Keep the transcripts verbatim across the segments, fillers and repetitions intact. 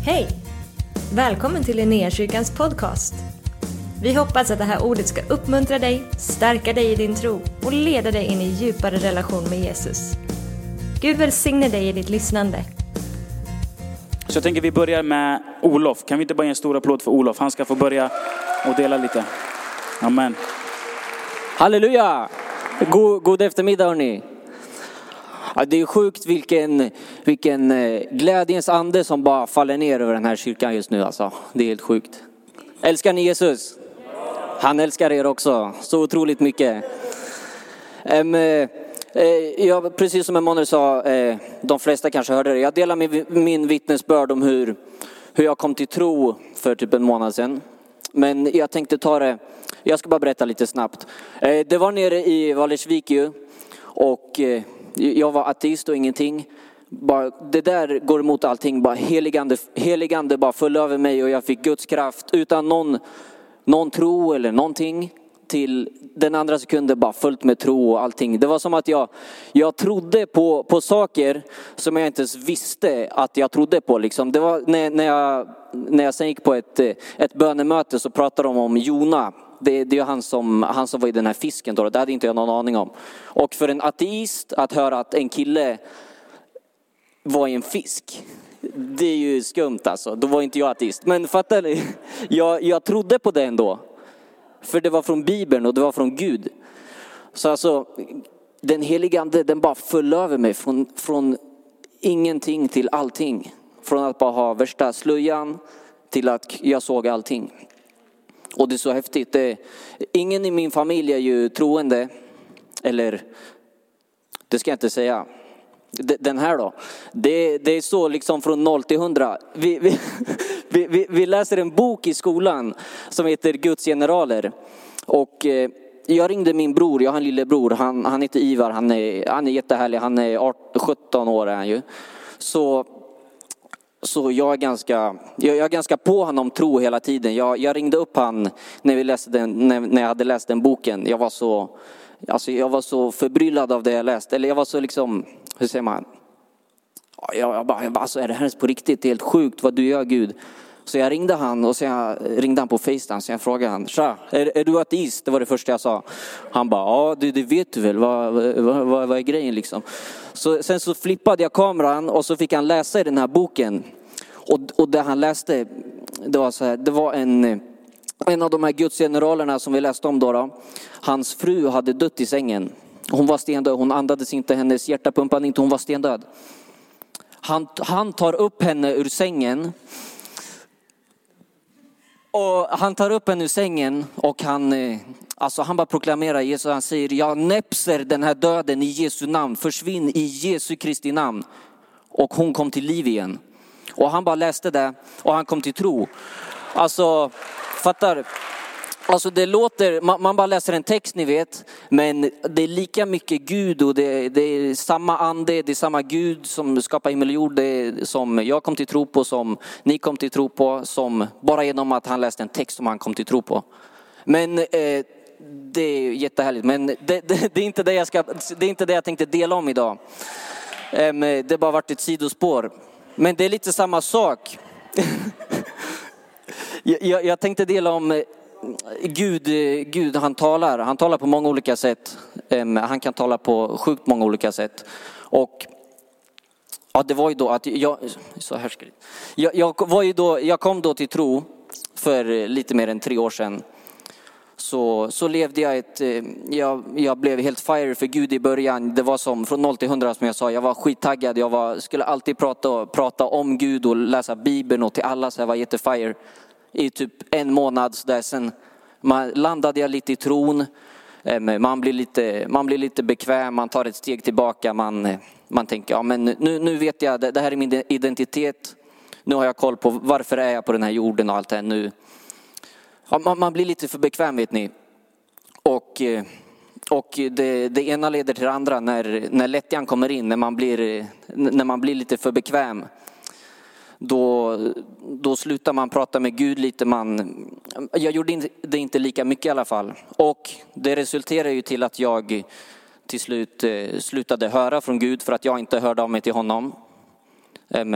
Hej! Välkommen till Linnéakyrkans podcast. Vi hoppas att det här ordet ska uppmuntra dig, stärka dig i din tro och leda dig in i djupare relation med Jesus. Gud välsigne dig i ditt lyssnande. Så jag tänker vi börjar med Olof. Kan vi inte bara ge en stor applåd för Olof? Han ska få börja och dela lite. Amen. Halleluja! God, god eftermiddag hörni. Ja, det är sjukt vilken, vilken glädjens ande som bara faller ner över den här kyrkan just nu. Alltså. Det är helt sjukt. Älskar ni Jesus? Han älskar er också. Så otroligt mycket. Um, eh, jag, precis som Emanuel sa, eh, de flesta kanske hörde det. Jag delar min, min vittnesbörd om hur, hur jag kom till tro för typ en månad sedan. Men jag tänkte ta det, jag ska bara berätta lite snabbt. Eh, det var nere i Vallersvik ju. Och eh, jag var ateist och ingenting. Bara, det där går emot allting. Bara heligande, heligande bara föll över mig och jag fick Guds kraft utan någon, någon tro eller någonting. Till den andra sekunden bara fullt med tro och allting. Det var som att jag, jag trodde på, på saker som jag inte ens visste att jag trodde på. Liksom. Det var när, när, jag, när jag sen gick på ett, ett bönemöte så pratade de om Jona. Det, det är han som, han som var i den här fisken då. Det hade inte jag någon aning om. Och för en ateist att höra att en kille var i en fisk. Det är ju skumt alltså. Då var inte jag ateist. Men fattar ni? Jag, jag trodde på det ändå. För det var från Bibeln och det var från Gud. Så alltså, den heliga ande, den bara föll över mig. Från, från ingenting till allting. Från att bara ha värsta slöjan till att jag såg allting. Och det är så häftigt. Det, ingen i min familj är ju troende. Eller, det ska jag inte säga. Den här då. Det, det är så liksom från noll till hundra. Vi, vi, vi, vi läser en bok i skolan som heter Guds generaler. Och eh, jag ringde min bror, jag har en lillebror. Han, han heter Ivar, han är, han är jättehärlig. Han är arton, sjutton år är han ju. Så... Så jag är ganska, jag är ganska på honom tro hela tiden. Jag, jag ringde upp han när, vi läste den, när, när jag hade läst den boken. Jag var så, alltså jag var så förbryllad av det jag läste. Eller jag var så liksom, hur säger man? Jag, jag bara, alltså är det här på riktigt? Det är helt sjukt vad du gör Gud. Så jag ringde han och så jag ringde han på FaceTime. Så jag frågade han, tja, är, är du ateist? Det var det första jag sa. Han bara, ja det, det vet du väl. Vad, vad, vad, vad är grejen liksom? Så, sen så flippade jag kameran och så fick han läsa i den här boken. Och, och det han läste, det var så här, det var en, en av de här gudsgeneralerna som vi läste om då, då. Hans fru hade dött i sängen. Hon var stendöd, hon andades inte, hennes hjärta pumpade inte, hon var stendöd. Han, han tar upp henne ur sängen. Och han tar upp henne ur sängen och han, alltså han bara proklamerar Jesus. Han säger, jag näpser den här döden i Jesu namn. Försvinn i Jesu Kristi namn. Och hon kom till liv igen. Och han bara läste det och han kom till tro. Alltså, fattar. Alltså det låter, man, man bara läser en text ni vet. Men det är lika mycket Gud och det, det är samma ande. Det är samma Gud som skapar himmel och jord. Det är som jag kom till tro på, som ni kom till tro på. Som bara genom att han läste en text som han kom till tro på. Men eh, det är jättehärligt. Men det, det, det, är inte det, jag ska, det är inte det jag tänkte dela om idag. Eh, det har bara varit ett sidospår. Men det är lite samma sak. jag, jag, jag tänkte dela om Gud, Gud han talar. Han talar på många olika sätt. Han kan tala på sjukt många olika sätt. Och ja, det var ju då att jag så här ska jag, jag var ju då jag kom då till tro för lite mer än tre år sedan. Så, så levde jag ett, jag, jag blev helt fire för Gud i början. Det var som från noll till hundra som jag sa. Jag var skittaggad. Jag var, skulle alltid prata, prata om Gud och läsa Bibeln och till alla. Så jag var jättefire i typ en månad. Så där. Sen man, landade jag lite i tron. Man blir lite, man blir lite bekväm. Man tar ett steg tillbaka. Man, man tänker, ja men nu, nu vet jag. Det, det här är min identitet. Nu har jag koll på varför är jag på den här jorden och allt det här nu. Ja, man, man blir lite för bekväm vet ni. Och, och det, det ena leder till det andra när, när lättjan kommer in. När man blir, när man blir lite för bekväm. Då, då slutar man prata med Gud lite. Man, jag gjorde det inte lika mycket i alla fall. Och det resulterar ju till att jag till slut slutade höra från Gud. För att jag inte hörde av mig till honom.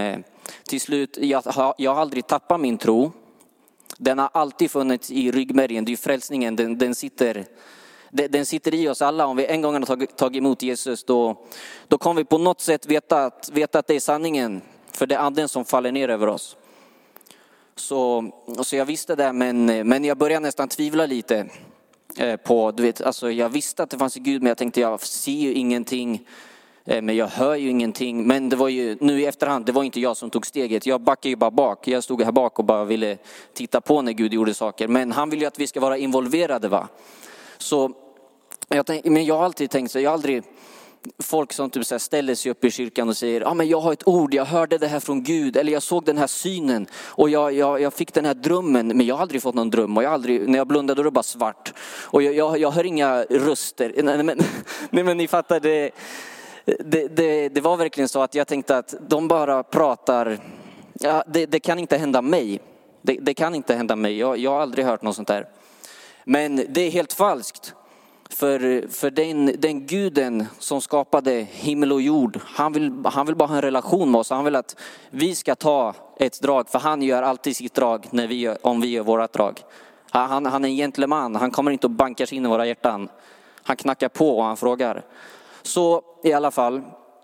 till slut, jag har, jag har aldrig tappat min tro. Den har alltid funnits i ryggmärgen. Det är ju frälsningen, den, den, sitter, den, den sitter i oss alla. Om vi en gång har tagit, tagit emot Jesus, då, då kommer vi på något sätt veta att, veta att det är sanningen. För det är anden som faller ner över oss. Så, så jag visste det, men, men jag började nästan tvivla lite på, du vet, alltså jag visste att det fanns en Gud, men jag tänkte jag ser ju ingenting. Men jag hör ju ingenting. Men det var ju nu i efterhand, det var inte jag som tog steget. Jag backade ju bara bak. Jag stod här bak och bara ville titta på när Gud gjorde saker. Men han vill ju att vi ska vara involverade, va? Så jag tänk, men jag har alltid tänkt så. Jag har aldrig folk som typ så här ställer sig upp i kyrkan och säger, ja ah, men jag har ett ord, jag hörde det här från Gud. Eller jag såg den här synen och jag, jag, jag fick den här drömmen. Men jag har aldrig fått någon dröm. Och jag aldrig, när jag blundade då var det bara svart. Och jag, jag, jag hör inga röster. Nej men, nej, men ni fattar det. Det, det, det var verkligen så att jag tänkte att de bara pratar, ja, det, det kan inte hända mig. Det, det kan inte hända mig, jag, jag har aldrig hört något sånt där. Men det är helt falskt. För, för den, den guden som skapade himmel och jord, han vill, han vill bara ha en relation med oss. Han vill att vi ska ta ett drag, för han gör alltid sitt drag när vi gör, om vi gör vårat drag. Han, han är en gentleman, han kommer inte att banka sig in i våra hjärtan. Han knackar på och han frågar. Så i alla fall,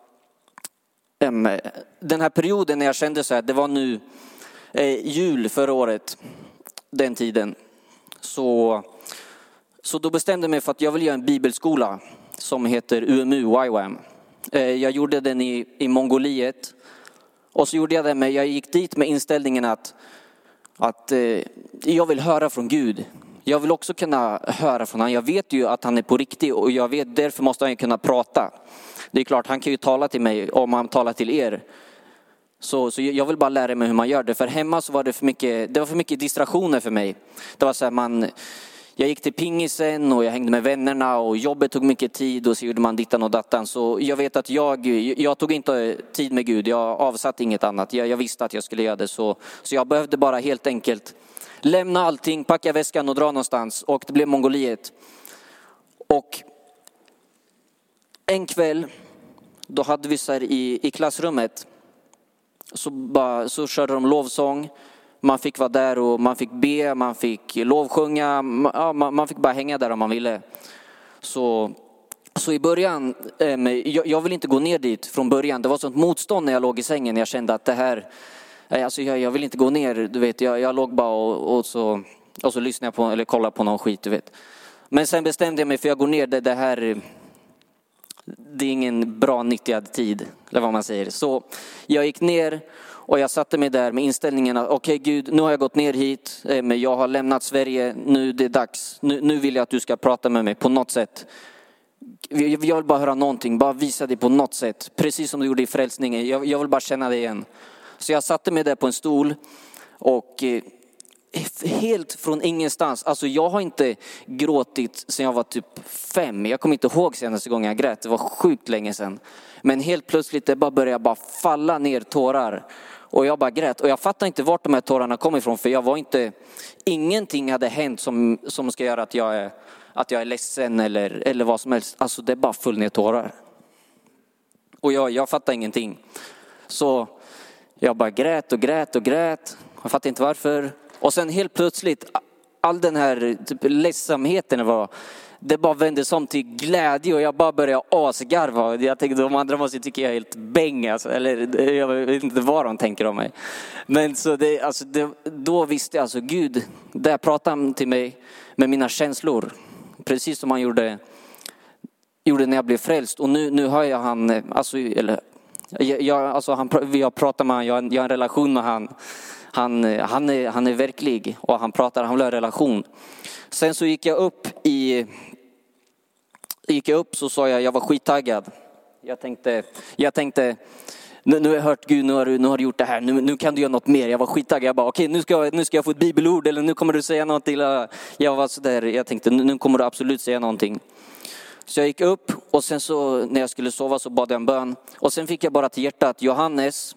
den här perioden när jag kände så här, det var nu eh, jul förra året, den tiden. Så, så då bestämde jag mig för att jag vill göra en bibelskola som heter U M U Y W A M. Eh, jag gjorde den i, i Mongoliet. Och så gjorde jag det med, jag gick dit med inställningen att, att eh, jag vill höra från Gud. Jag vill också kunna höra från honom. Jag vet ju att han är på riktigt och jag vet, därför måste han kunna prata. Det är klart, han kan ju tala till mig om han talar till er. Så, så jag vill bara lära mig hur man gör det. För hemma så var det för mycket, det var för mycket distraktioner för mig. Det var så här, man, jag gick till pingisen och jag hängde med vännerna och jobbet tog mycket tid och så gjorde man dittan och dattan. Så jag vet att jag, jag tog inte tid med Gud, jag avsatte inget annat. Jag, jag visste att jag skulle göra det, så, så jag behövde bara helt enkelt lämna allting, packa väskan och dra någonstans. Och det blev Mongoliet. Och en kväll, då hade vi så här i, i klassrummet. Så, bara, så körde de lovsång. Man fick vara där och man fick be, man fick lovsjunga. Ja, man, man fick bara hänga där om man ville. Så, så i början, eh, jag, jag vill inte gå ner dit från början. Det var sånt motstånd när jag låg i sängen. Jag kände att det här... Alltså jag, jag vill inte gå ner, du vet. Jag, jag låg bara och, och, så, och så lyssnade jag på, eller kollade på någon skit, du vet. Men sen bestämde jag mig för jag går ner, det, det här... Det är ingen bra nyttjad tid, eller vad man säger. Så jag gick ner och jag satte mig där med inställningen att okej okay, Gud, nu har jag gått ner hit. Men jag har lämnat Sverige, nu det är dags. Nu, nu vill jag att du ska prata med mig på något sätt. Jag vill bara höra någonting, bara visa dig på något sätt. Precis som du gjorde i frälsningen, jag, jag vill bara känna det igen. Så jag satte mig där på en stol och eh, helt från ingenstans. Alltså jag har inte gråtit sedan jag var typ fem. Jag kommer inte ihåg senaste gången jag grät. Det var sjukt länge sedan. Men helt plötsligt det bara började bara falla ner tårar. Och jag bara grät. Och jag fattar inte vart de här tårarna kom ifrån. För jag var inte, ingenting hade hänt som, som ska göra att jag är, att jag är ledsen eller, eller vad som helst. Alltså det bara föll ner tårar. Och jag, jag fattar ingenting. Så jag bara grät och grät och grät. Jag fattar inte varför. Och sen helt plötsligt, all den här typ ledsamheten var, det bara vändes om till glädje och jag bara började asgarva. Jag tänkte de andra måste tycka jag är helt bäng. Alltså. Eller jag vet inte vad de tänker om mig. Men så det, alltså, det, då visste jag, alltså Gud, där pratade han till mig med mina känslor. Precis som han gjorde, gjorde när jag blev frälst. Och nu, nu hör jag han, alltså, eller, jag, alltså han, jag pratar med han, jag, jag har en relation med han. Han, han, är, han är verklig och han pratar, han vill ha en relation. Sen så gick jag upp i, gick jag upp så sa jag, jag var skittaggad. Jag tänkte, jag tänkte nu, nu har jag hört Gud, nu har du, nu har du gjort det här, nu, nu kan du göra något mer. Jag var skittaggad, jag bara okej okay, nu, ska jag, nu ska jag få ett bibelord eller nu kommer du säga något till. Jag var så där, jag tänkte nu, nu kommer du absolut säga någonting. Så jag gick upp och sen så när jag skulle sova så bad jag en bön. Och sen fick jag bara till hjärtat Johannes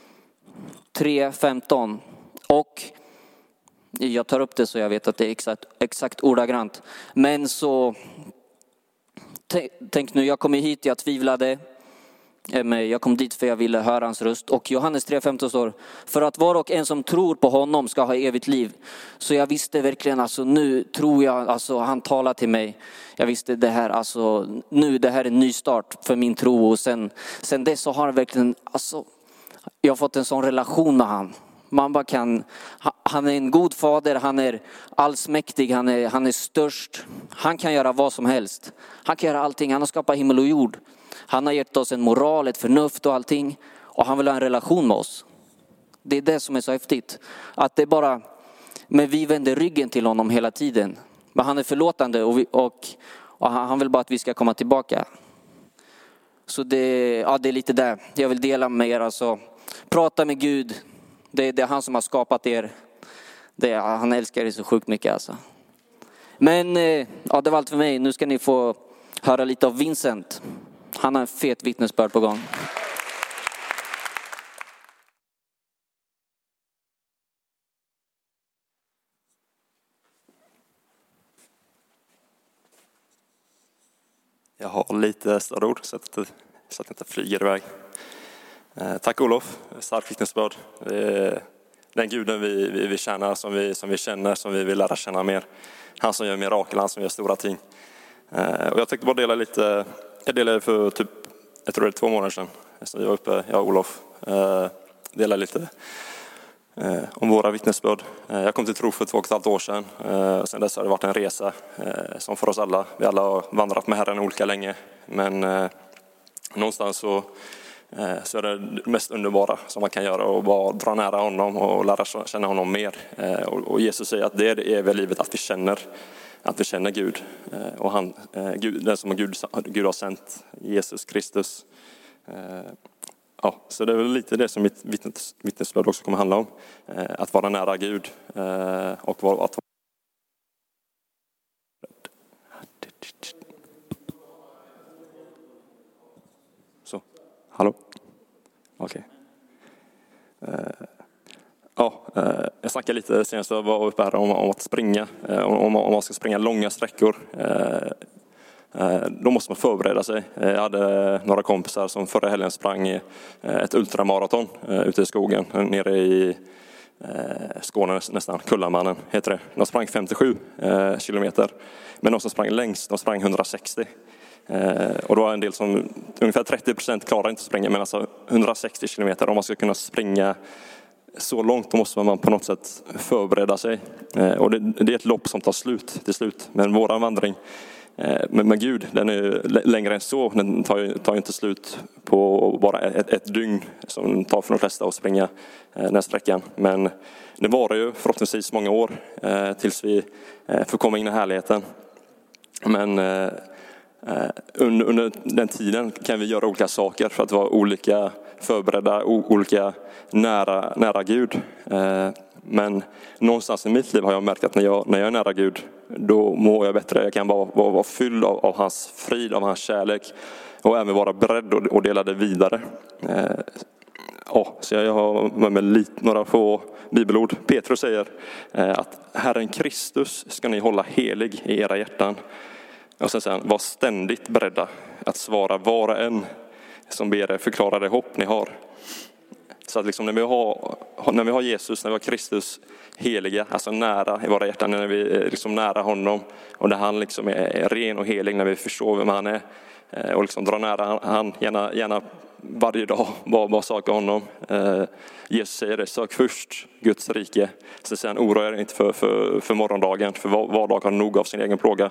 tre femton. Och jag tar upp det så jag vet att det är exakt, exakt ordagrant. Men så tänk, tänk nu, jag kom hit, jag tvivlade. Jag kom dit för jag ville höra hans röst. Och Johannes tre femton står: för att var och en som tror på honom ska ha evigt liv. Så jag visste verkligen, alltså nu tror jag, alltså han talar till mig. Jag visste det här, alltså nu det här är en ny start för min tro. Och sen, sen dess så har jag verkligen, alltså jag har fått en sån relation med han. Man bara kan, han är en god fader, han är allsmäktig, han är, han är störst. Han kan göra vad som helst. Han kan göra allting, han har skapat himmel och jord. Han har gett oss en moral, ett förnuft och allting. Och han vill ha en relation med oss. Det är det som är så häftigt. Att det bara, men vi vänder ryggen till honom hela tiden. Men han är förlåtande och, vi, och, och han vill bara att vi ska komma tillbaka. Så det, ja, det är lite där jag vill dela med er. Alltså, prata med Gud. Det, det är han som har skapat er. Det, han älskar er så sjukt mycket alltså. Men ja, det var allt för mig. Nu ska ni få höra lite av Vincent. Han har en fet vittnesbörd på gång. Jag har lite större ord så att, så att jag inte flyger iväg. Eh, tack Olof, stark vittnesbörd. Eh, den guden vi, vi, vi tjänar, som vi, som vi känner, som vi vill lära känna mer. Han som gör mirakel, han som gör stora ting. Eh, och jag tänkte bara dela lite, jag delade för typ, jag tror det är två månader sedan. Så jag var uppe, jag och Olof, eh, delade lite eh, om våra vittnesbörd. Eh, jag kom till tro för två och ett halvt år sedan. Eh, sen dess har det varit en resa eh, som för oss alla. Vi alla har vandrat med Herren olika länge. Men eh, någonstans så, eh, så är det det mest underbara som man kan göra. Och bara dra nära honom och lära känna honom mer. Eh, och, och Jesus säger att det är det eviga livet, att vi känner att vi känner Gud. Eh, och han, eh, Gud, den som Gud, Gud har sänt, Jesus Kristus. Eh, Ja, så det är väl lite det som mitt vittnes, vittnesbörd också kommer handla om. Eh, att vara nära Gud. Eh, och vara, att Så, hallå? Okej. Okay. Eh, ja, eh, jag snackade lite senast jag var uppe här om, om att springa. Eh, om, om man ska springa långa sträckor. Eh, Då måste man förbereda sig. Jag hade några kompisar som förra helgen sprang ett ultramaraton ute i skogen nere i Skåne nästan, Kullamannen heter det. De sprang femtiosju kilometer, men de som sprang längst, de sprang hundrasextio. Och då var en del som, ungefär trettio procent klarar inte att springa, men alltså hundrasextio kilometer. Om man ska kunna springa så långt, då måste man på något sätt förbereda sig. Och det, det är ett lopp som tar slut till slut. Men våran vandring Men med Gud, den är längre än så. Den tar ju, tar ju inte slut på bara ett, ett dygn som tar för de flesta att springa den här sträckan. Men det var ju förhoppningsvis många år eh, tills vi eh, får komma in i härligheten. Men eh, under, under den tiden kan vi göra olika saker för att vara olika förberedda, o, olika nära, nära Gud. Eh, Men någonstans i mitt liv har jag märkt att när jag, när jag är nära Gud, då mår jag bättre. Jag kan bara vara, vara fylld av, av hans frid, av hans kärlek. Och även vara beredd och, och dela det vidare. Eh, ja, så jag har med mig lite, några få bibelord. Petrus säger eh, att Herren Kristus ska ni hålla helig i era hjärtan. Och sen säger han, var ständigt beredda att svara var och en som ber er förklara det hopp ni har. Så att liksom när vi har, när vi har Jesus, när vi har Kristus heliga, alltså nära i våra hjärtan, när vi är liksom nära honom och när han liksom är ren och helig, när vi förstår vem han är och liksom drar nära han, gärna, gärna varje dag, bara, bara söka honom. Jesus säger det, sök först Guds rike. Så säger han, oroa er inte för, för, för morgondagen, för var, var dag har nog av sin egen plåga.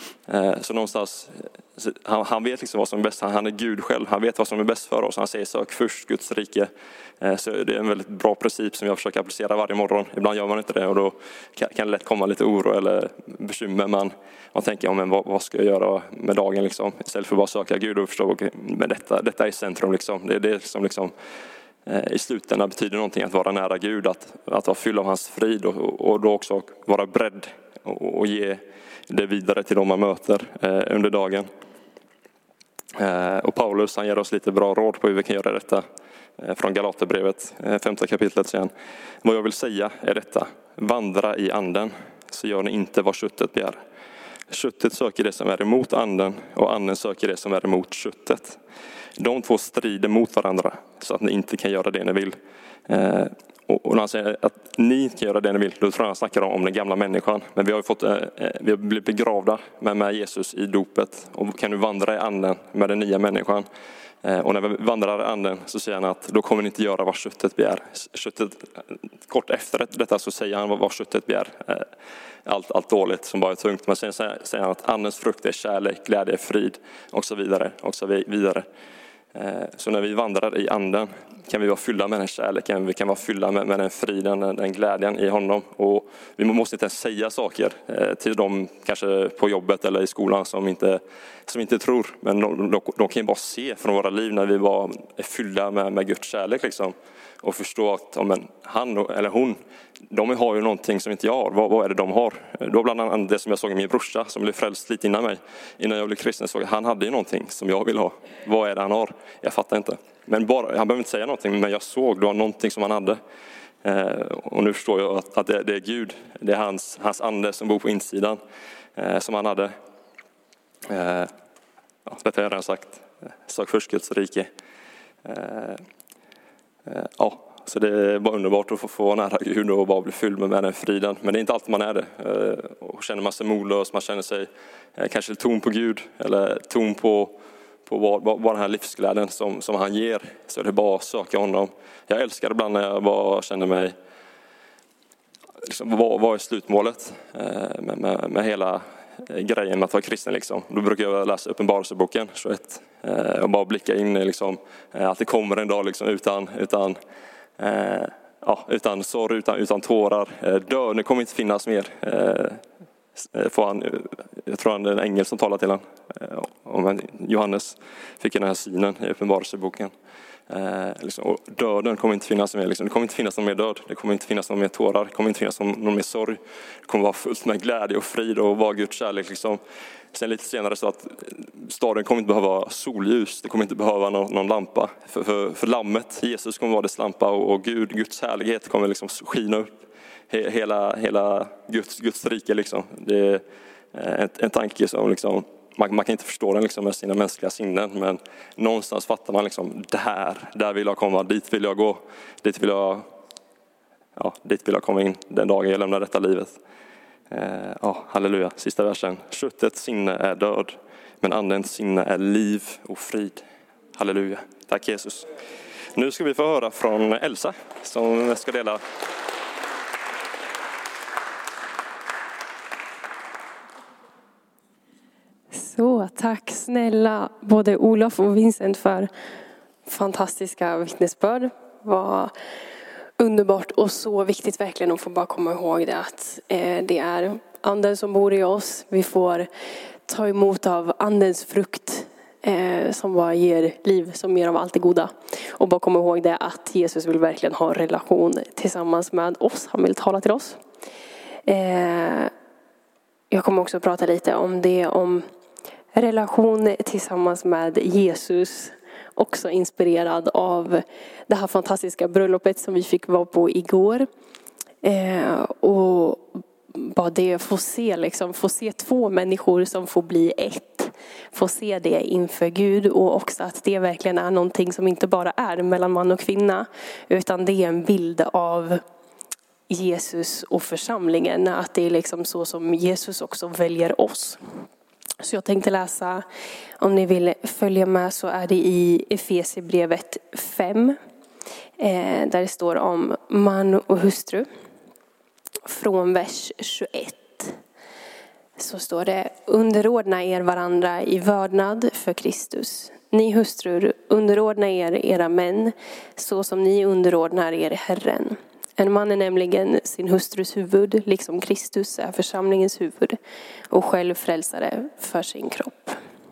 Så någonstans, han, han vet liksom vad som är bäst. Han, han är Gud själv. Han vet vad som är bäst för oss. Han säger sök först Guds rike. Så det är en väldigt bra princip som jag försöker applicera varje morgon. Ibland gör man inte det och då kan, kan det lätt komma lite oro eller bekymmer. Man, man tänker, ja, men vad, vad ska jag göra med dagen liksom? Istället för att bara söka Gud och förstå, okay, men detta, detta är centrum liksom. Det, det är liksom, liksom i slutändan betyder någonting att vara nära Gud. Att, att vara fylld av hans frid och, och då också vara beredd och, och ge det vidare till dem man möter eh, under dagen. Eh, och Paulus, han ger oss lite bra råd på hur vi kan göra detta. Eh, från Galaterbrevet, eh, femte kapitlet sen. Vad jag vill säga är detta. Vandra i anden, så gör ni inte vad köttet begär. Köttet söker det som är emot anden och anden söker det som är emot köttet. De två strider mot varandra så att ni inte kan göra det ni vill. Eh, och när han säger att ni inte kan göra det ni vill, då tror jag han snackar om, om den gamla människan. Men vi har ju fått, eh, vi har blivit begravda med, med Jesus i dopet och kan nu vandra i anden med den nya människan. Eh, och när vi vandrar i anden så säger han att då kommer ni inte göra vad köttet begär. Köttet, kort efter detta så säger han vad, vad köttet begär. Eh, allt, allt dåligt som bara är tungt. Men sen säger han att andens frukt är kärlek, glädje, frid och så vidare. Och så vidare. Så när vi vandrar i anden kan vi vara fyllda med den kärleken, vi kan vara fyllda med, med den friden, den glädjen i honom. Och vi måste inte ens säga saker till dem kanske på jobbet eller i skolan som inte, som inte tror. Men de, de, de kan ju bara se från våra liv när vi bara är fyllda med, med Guds kärlek liksom. Och förstå att ja, men han eller hon, de har ju någonting som inte jag har. Vad, vad är det de har? Det var bland annat det som jag såg i min brorsa som blev frälst lite innan mig. Innan jag blev kristen såg jag att han hade ju någonting som jag vill ha. Vad är det han har? Jag fattar inte. Men bara, han behöver inte säga någonting, men jag såg det var någonting som han hade. Eh, och nu förstår jag att, att det, det är Gud. Det är hans, hans ande som bor på insidan eh, som han hade. Eh, ja, detta har jag redan sagt. Sök först Guds rike. Eh, eh, ja. Så det är bara underbart att få, få vara nära Gud och bara bli fylld med den friden. Men det är inte alltid man är det. Och känner man sig modlös, man känner sig kanske tom på Gud. Eller tom på, på vad, vad den här livsglädjen som, som han ger. Så det är bara att söka honom. Jag älskar ibland när jag bara känner mig... Liksom, vad, vad är slutmålet med, med, med hela grejen med att vara kristen? Liksom. Då brukar jag läsa Uppenbarelseboken tjugoett. Och bara blicka in i liksom, att det kommer en dag liksom, utan... utan Eh, ja, utan sorg, utan, utan tårar. Eh, döden kommer inte finnas mer. Eh, får han, jag tror han är en ängel som talar till honom. Eh, om Johannes fick den här synen i Uppenbarelseboken. Eh, liksom, och döden kommer inte finnas mer. Liksom. Det kommer inte finnas någon mer död. Det kommer inte finnas någon mer tårar. Det kommer inte finnas någon, någon mer sorg. Det kommer vara fullt med glädje och frid och vara Guds kärlek. Liksom. Sen lite senare så att staden kommer inte behöva solljus. Det kommer inte behöva någon, någon lampa. För, för, för lammet, Jesus kommer vara dess lampa. Och, och Gud, Guds härlighet kommer liksom skina upp. He, hela hela Guds, Guds rike. Liksom. Det är en, en tanke som liksom, man, man kan inte förstå den liksom med sina mänskliga sinnen. Men någonstans fattar man liksom, där, där vill jag komma. Dit vill jag gå. Dit vill jag, ja, dit vill jag komma in den dagen jag lämnar detta livet. Eh, ja, halleluja, sista versen. Köttets sinne är död, men andens sinne är liv och frid. Halleluja, tack Jesus. Nu ska vi få höra från Elsa som ska dela. Så tack snälla både Olof och Vincent för fantastiska vittnesbörd. Vad underbart och så viktigt verkligen att få bara komma ihåg det att eh, det är anden som bor i oss. Vi får ta emot av andens frukt eh, som bara ger liv, som ger av allt det goda. Och bara komma ihåg det att Jesus vill verkligen ha en relation tillsammans med oss. Han vill tala till oss. Eh, jag kommer också prata lite om det, om relation tillsammans med Jesus. Också inspirerad av det här fantastiska bröllopet som vi fick vara på igår. Eh, och bara det, få se, liksom, få se två människor som får bli ett. Få se det inför Gud och också att det verkligen är någonting som inte bara är mellan man och kvinna. Utan det är en bild av Jesus och församlingen. Att det är liksom så som Jesus också väljer oss. Så jag tänkte läsa, om ni vill följa med så är det i Efesierbrevet fem. Eh, där det står om man och hustru. Från vers tjugoett. Så står det: underordna er varandra i vördnad för Kristus. Ni hustrur, underordna er era män så som ni underordnar er Herren. En man är nämligen sin hustrus huvud, liksom Kristus är församlingens huvud och själv frälsare för sin kropp.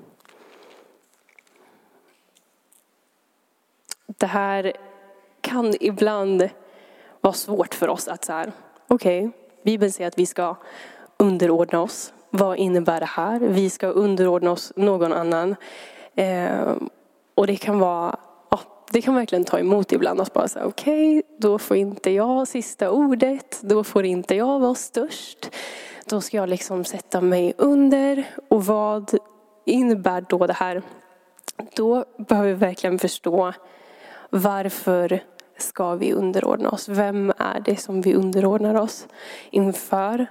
Det här kan ibland vara svårt för oss att så här, okej, okay, Bibeln säger att vi ska underordna oss. Vad innebär det här? Vi ska underordna oss någon annan. Eh, och det kan vara Det kan verkligen ta emot ibland att bara säga okej, okay, då får inte jag sista ordet. Då får inte jag vara störst. då ska jag liksom sätta mig under. Och vad innebär då det här? Då behöver vi verkligen förstå varför ska vi underordna oss? Vem är det som vi underordnar oss inför?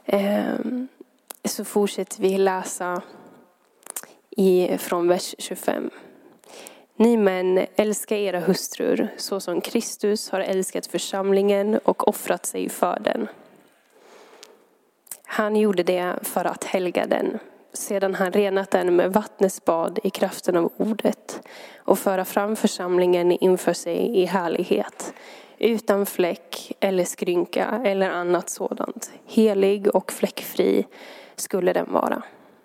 Så fortsätter vi läsa i, från vers tjugofem. Ni män, älskar era hustrur så som Kristus har älskat församlingen och offrat sig för den. Han gjorde det för att helga den, sedan han renat den med vattnets bad i kraften av ordet, och föra fram församlingen inför sig i härlighet, utan fläck eller skrynka eller annat sådant. Helig och fläckfri skulle den vara.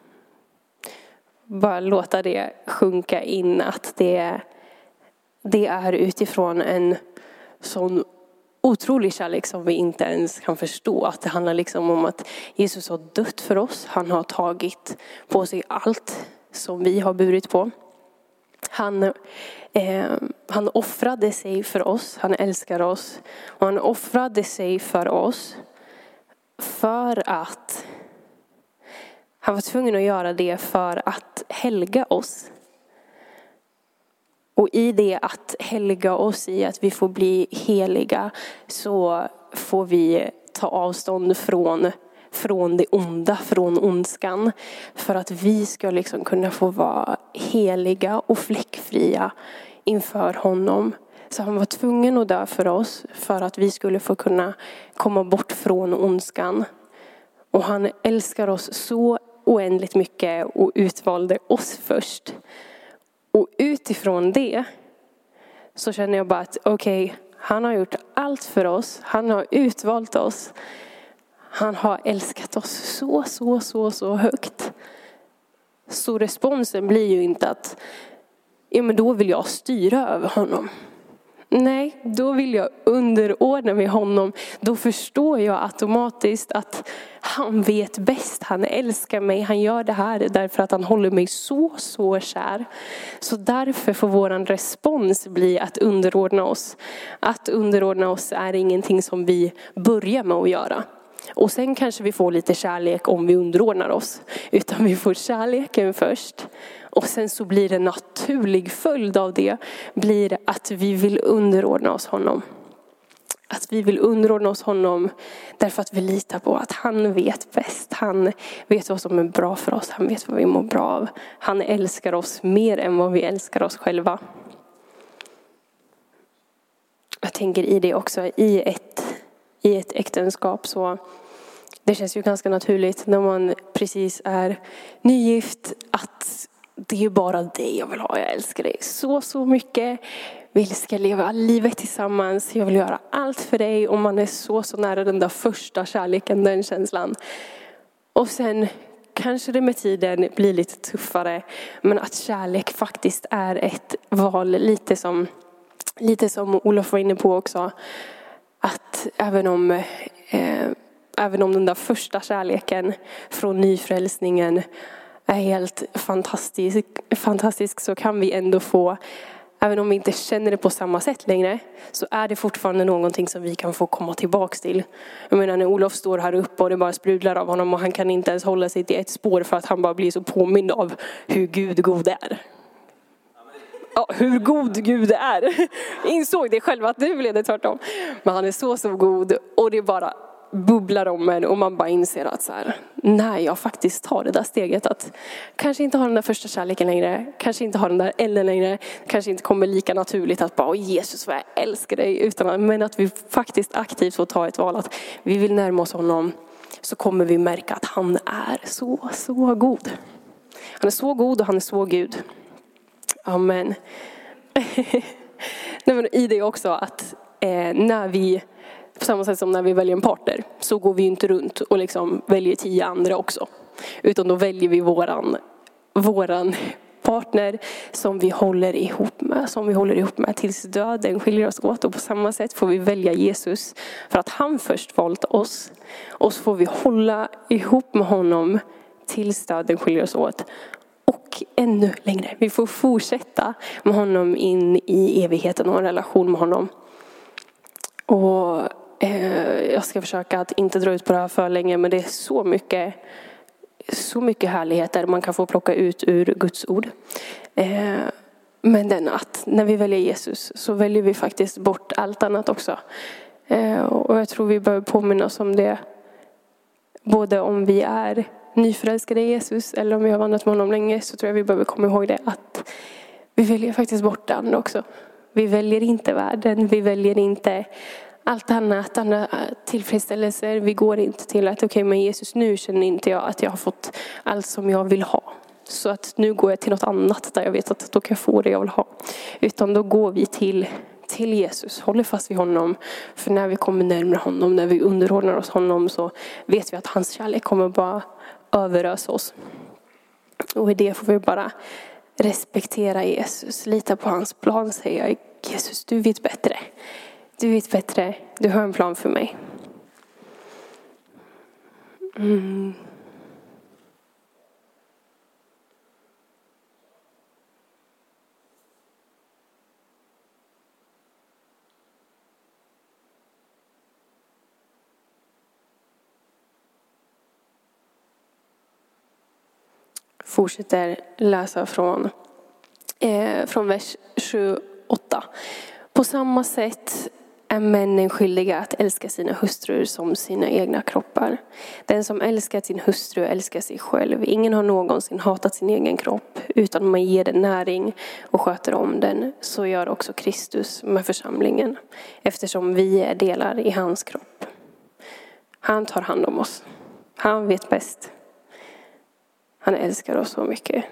Bara låta det sjunka in att det, det är utifrån en sån otrolig kärlek som vi inte ens kan förstå. Att det handlar liksom om att Jesus har dött för oss. Han har tagit på sig allt som vi har burit på. Han, eh, han offrade sig för oss. Han älskar oss. Och han offrade sig för oss för att han var tvungen att göra det för att helga oss. Och i det att helga oss, i att vi får bli heliga, så får vi ta avstånd från, från det onda, från ondskan. För att vi ska liksom kunna få vara heliga och fläckfria inför honom. Så han var tvungen att dö för oss för att vi skulle få kunna komma bort från ondskan. Och han älskar oss så oändligt mycket och utvalde oss först. Och utifrån det så känner jag bara att okej, okay, han har gjort allt för oss. Han har utvalt oss. Han har älskat oss så, så, så, så högt. Så responsen blir ju inte att ja, men då vill jag styra över honom. Nej, då vill jag underordna mig honom. Då förstår jag automatiskt att han vet bäst. Han älskar mig. Han gör det här därför att han håller mig så, så kär. Så därför får våran respons bli att underordna oss. Att underordna oss är ingenting som vi börjar med att göra. Och sen kanske vi får lite kärlek om vi underordnar oss. Utan vi får kärleken först. Och sen så blir det en naturlig följd av det. Blir att vi vill underordna oss honom. Att vi vill underordna oss honom. Därför att vi litar på att han vet bäst. Han vet vad som är bra för oss. Han vet vad vi mår bra av. Han älskar oss mer än vad vi älskar oss själva. Jag tänker i det också. I ett, i ett äktenskap så... Det känns ju ganska naturligt när man precis är nygift att det är bara dig jag vill ha. Jag älskar dig så, så mycket. Vi ska leva livet tillsammans. Jag vill göra allt för dig. Och man är så, så nära den där första kärleken, den känslan. Och sen kanske det med tiden blir lite tuffare. Men att kärlek faktiskt är ett val. Lite som, lite som Olof var inne på också. Att även om... Eh, Även om den där första kärleken från nyfrälsningen är helt fantastisk, fantastisk så kan vi ändå få, även om vi inte känner det på samma sätt längre, så är det fortfarande någonting som vi kan få komma tillbaka till. Jag menar när Olof står här uppe och det bara sprudlar av honom och han kan inte ens hålla sig till ett spår för att han bara blir så påmind av hur Gud god är. Ja, hur god Gud är. Insåg det själv att nu blev det tvärtom. Men han är så, så god och det är bara... bubblar om en och man bara inser att så här, nej, jag faktiskt tar det där steget att kanske inte ha den där första kärleken längre, kanske inte ha den där elden längre, kanske inte kommer lika naturligt att bara Jesus vad jag älskar dig, utan men att vi faktiskt aktivt får ta ett val att vi vill närma oss honom, så kommer vi märka att han är så, så god. Han är så god och han är så Gud. Amen. Nej, men i det också att eh, när vi på samma sätt som när vi väljer en partner så går vi inte runt och liksom väljer tio andra också. Utan då väljer vi våran, våran partner som vi håller ihop med. Som vi håller ihop med tills döden skiljer oss åt. Och på samma sätt får vi välja Jesus för att han först valt oss. Och så får vi hålla ihop med honom tills döden skiljer oss åt. Och ännu längre. Vi får fortsätta med honom in i evigheten och en relation med honom. Och jag ska försöka att inte dra ut på det här för länge, men det är så mycket, så mycket härligheter man kan få plocka ut ur Guds ord. Eh, men den att när vi väljer Jesus så väljer vi faktiskt bort allt annat också. Eh, och jag tror vi behöver påminna oss om det. Både om vi är nyförälskade i Jesus eller om vi har vandrat med honom länge, så tror jag vi behöver komma ihåg det. Att vi väljer faktiskt bort det andra också. Vi väljer inte världen, vi väljer inte allt annat, andra tillfredsställelser. Vi går inte till att okej, okay, men Jesus, nu känner inte jag att jag har fått allt som jag vill ha. Så att nu går jag till något annat där jag vet att då kan jag få det jag vill ha. Utan då går vi till, till Jesus, håller fast vid honom. För när vi kommer närmare honom, när vi underordnar oss honom, så vet vi att hans kärlek kommer bara överösa oss. Och i det får vi bara respektera Jesus, lita på hans plan, säga Jesus, du vet bättre. Du vet bättre, du har en plan för mig. Mm. Fortsätter läsa från, eh, från vers tjugoåtta. På samma sätt är männen skyldiga att älska sina hustrur som sina egna kroppar. Den som älskar sin hustru älskar sig själv. Ingen har någonsin hatat sin egen kropp, utan man ger den näring och sköter om den. Så gör också Kristus med församlingen, eftersom vi är delar i hans kropp. Han tar hand om oss. Han vet bäst. Han älskar oss så mycket.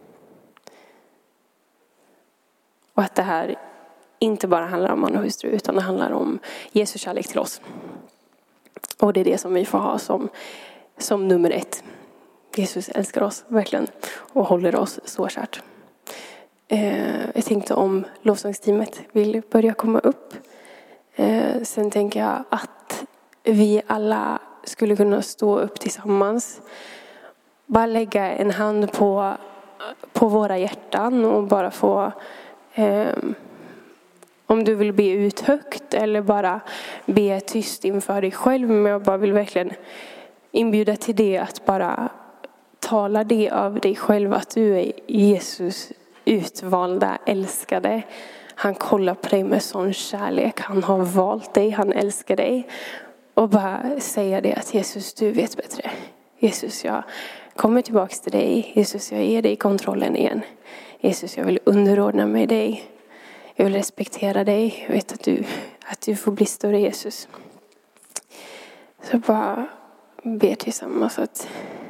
Och att det här inte bara handlar om man och hustru, utan det handlar om Jesu kärlek till oss. Och det är det som vi får ha som, som nummer ett. Jesus älskar oss verkligen och håller oss så kärt. Eh, jag tänkte om lovsångsteamet vill börja komma upp. Eh, sen tänker jag att vi alla skulle kunna stå upp tillsammans. Bara lägga en hand på, på våra hjärtan och bara få... Eh, om du vill be ut högt eller bara be tyst inför dig själv. Men jag bara vill verkligen inbjuda till det, att bara tala det av dig själv. Att du är Jesus utvalda, älskade. Han kollar på dig med sån kärlek. Han har valt dig, han älskar dig. Och bara säga det att Jesus, du vet bättre. Jesus, jag kommer tillbaka till dig. Jesus, jag ger dig kontrollen igen. Jesus, jag vill underordna mig dig. Jag vill respektera dig. Jag vet att du, att du får bli större, Jesus. Så bara ber tillsammans att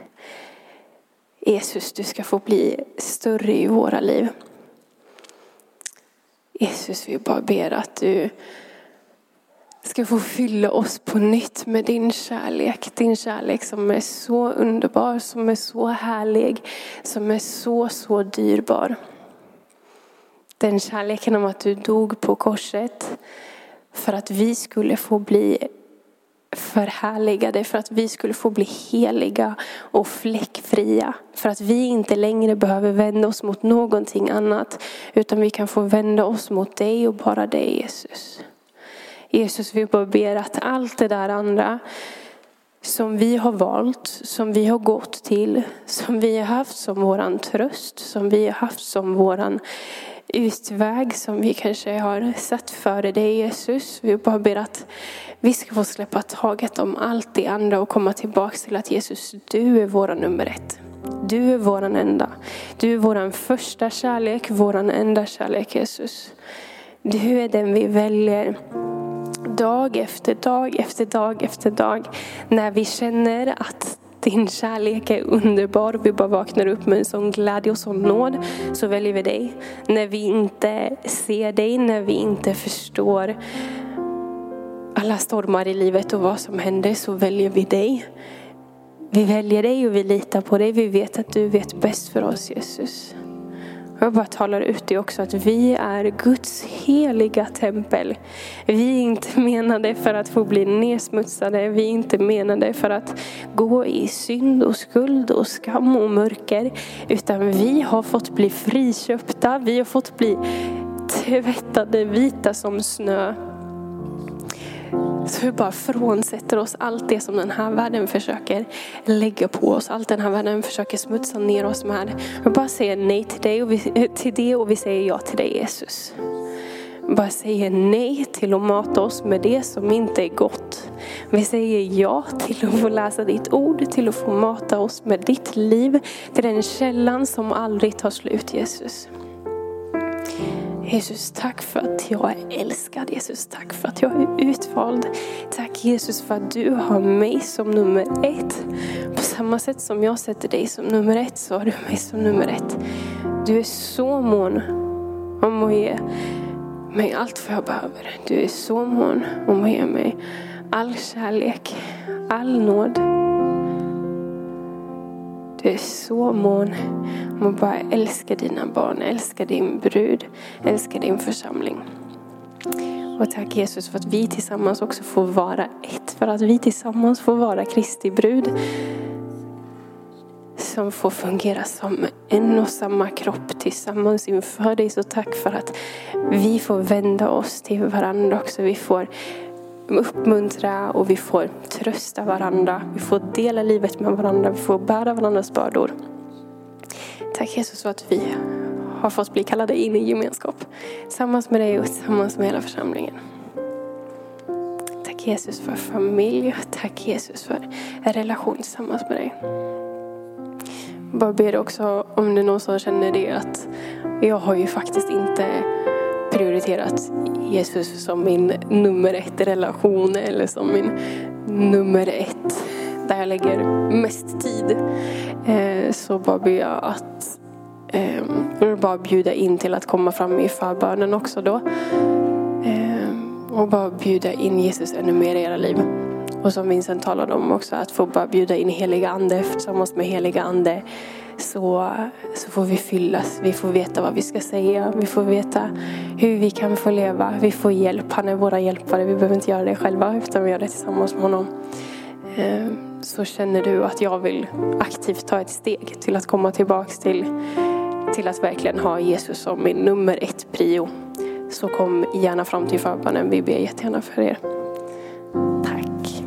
Jesus, du ska få bli större i våra liv. Jesus, vi bara ber att du ska få fylla oss på nytt med din kärlek. Din kärlek som är så underbar, som är så härlig, som är så, så dyrbar. Den kärleken om att du dog på korset för att vi skulle få bli förhärligade, för att vi skulle få bli heliga och fläckfria. För att vi inte längre behöver vända oss mot någonting annat, utan vi kan få vända oss mot dig och bara dig, Jesus. Jesus, vi bara ber att allt det där andra som vi har valt, som vi har gått till, som vi har haft som våran tröst, som vi har haft som våran utväg, som vi kanske har sett före dig, Jesus. Vi bara ber att vi ska få släppa taget om allt det andra och komma tillbaka till att Jesus, du är våran nummer ett. Du är våran enda. Du är våran första kärlek, våran enda kärlek, Jesus. Du är den vi väljer dag efter dag efter dag efter dag. När vi känner att din kärlek är underbar och vi bara vaknar upp med en sån glädje och sån nåd, så väljer vi dig. När vi inte ser dig, när vi inte förstår alla stormar i livet och vad som händer, så väljer vi dig. Vi väljer dig och vi litar på dig. Vi vet att du vet bäst för oss, Jesus. Jag bara talar ut det också, att vi är Guds heliga tempel. Vi är inte menade för att få bli nedsmutsade. Vi är inte menade för att gå i synd och skuld och skam och mörker. Utan vi har fått bli friköpta. Vi har fått bli tvättade vita som snö. Så vi bara frånsätter oss allt det som den här världen försöker lägga på oss. Allt den här världen försöker smutsa ner oss med. Vi bara säger nej till dig och vi, till det och vi säger ja till dig, Jesus. Vi bara säger nej till att mata oss med det som inte är gott. Vi säger ja till att få läsa ditt ord, till att få mata oss med ditt liv, till den källan som aldrig tar slut, Jesus. Jesus, tack för att jag är älskad. Jesus, tack för att jag är utvald. Tack Jesus för att du har mig som nummer ett. På samma sätt som jag sätter dig som nummer ett, så har du mig som nummer ett. Du är så mån om att ge mig allt vad jag behöver. Du är så mån om att ge mig all kärlek, all nåd. Du är så mån om att bara älska dina barn, älska din brud, älska din församling. Och tack Jesus för att vi tillsammans också får vara ett. För att vi tillsammans får vara Kristi brud. Som får fungera som en och samma kropp tillsammans inför dig. Så tack för att vi får vända oss till varandra också. Vi får uppmuntra och vi får trösta varandra. Vi får dela livet med varandra. Vi får bära varandras bördor. Tack Jesus för att vi har fått bli kallade in i gemenskap. Tillsammans med dig och tillsammans med hela församlingen. Tack Jesus för familj. Tack Jesus för en relation tillsammans med dig. Bara ber också om det är någon som känner det att jag har ju faktiskt inte prioriterat Jesus som min nummer ett relation eller som min nummer ett där jag lägger mest tid. Så bara ber jag att jag bara bjuda in till att komma fram i förbönen också då. Och bara bjuda in Jesus ännu mer i era liv. Och som Vincent talade om också, att få bara bjuda in heliga ande. Tillsammans med heliga ande så, så får vi fyllas. Vi får veta vad vi ska säga. Vi får veta hur vi kan få leva. Vi får hjälp. Han är våra hjälpare. Vi behöver inte göra det själva utan vi gör det tillsammans med honom. Så känner du att jag vill aktivt ta ett steg till att komma tillbaka till, till att verkligen ha Jesus som min nummer ett prio. Så kom gärna fram till förbönen. Vi ber jättegärna för er. Tack.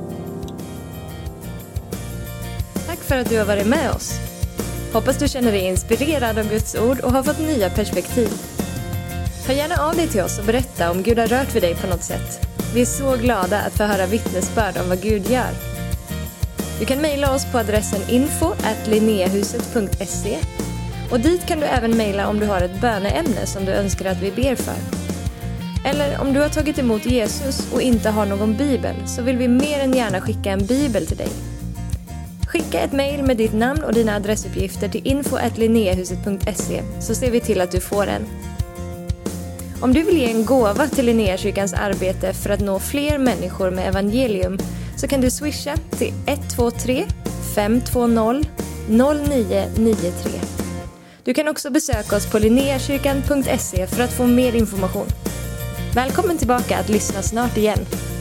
Tack för att du har varit med oss. Hoppas du känner dig inspirerad av Guds ord och har fått nya perspektiv. Hör gärna av dig till oss och berätta om Gud har rört vid dig på något sätt. Vi är så glada att få höra vittnesbörd om vad Gud gör. Du kan mejla oss på adressen info at linneahuset punkt se. Och dit kan du även mejla om du har ett böneämne som du önskar att vi ber för. Eller om du har tagit emot Jesus och inte har någon bibel så vill vi mer än gärna skicka en bibel till dig. Skicka ett mejl med ditt namn och dina adressuppgifter till info at linneahuset punkt se så ser vi till att du får en. Om du vill ge en gåva till Linneakyrkans arbete för att nå fler människor med evangelium så kan du swisha till ett två tre fem två noll noll nio nio tre. Du kan också besöka oss på linneakyrkan punkt se för att få mer information. Välkommen tillbaka att lyssna snart igen.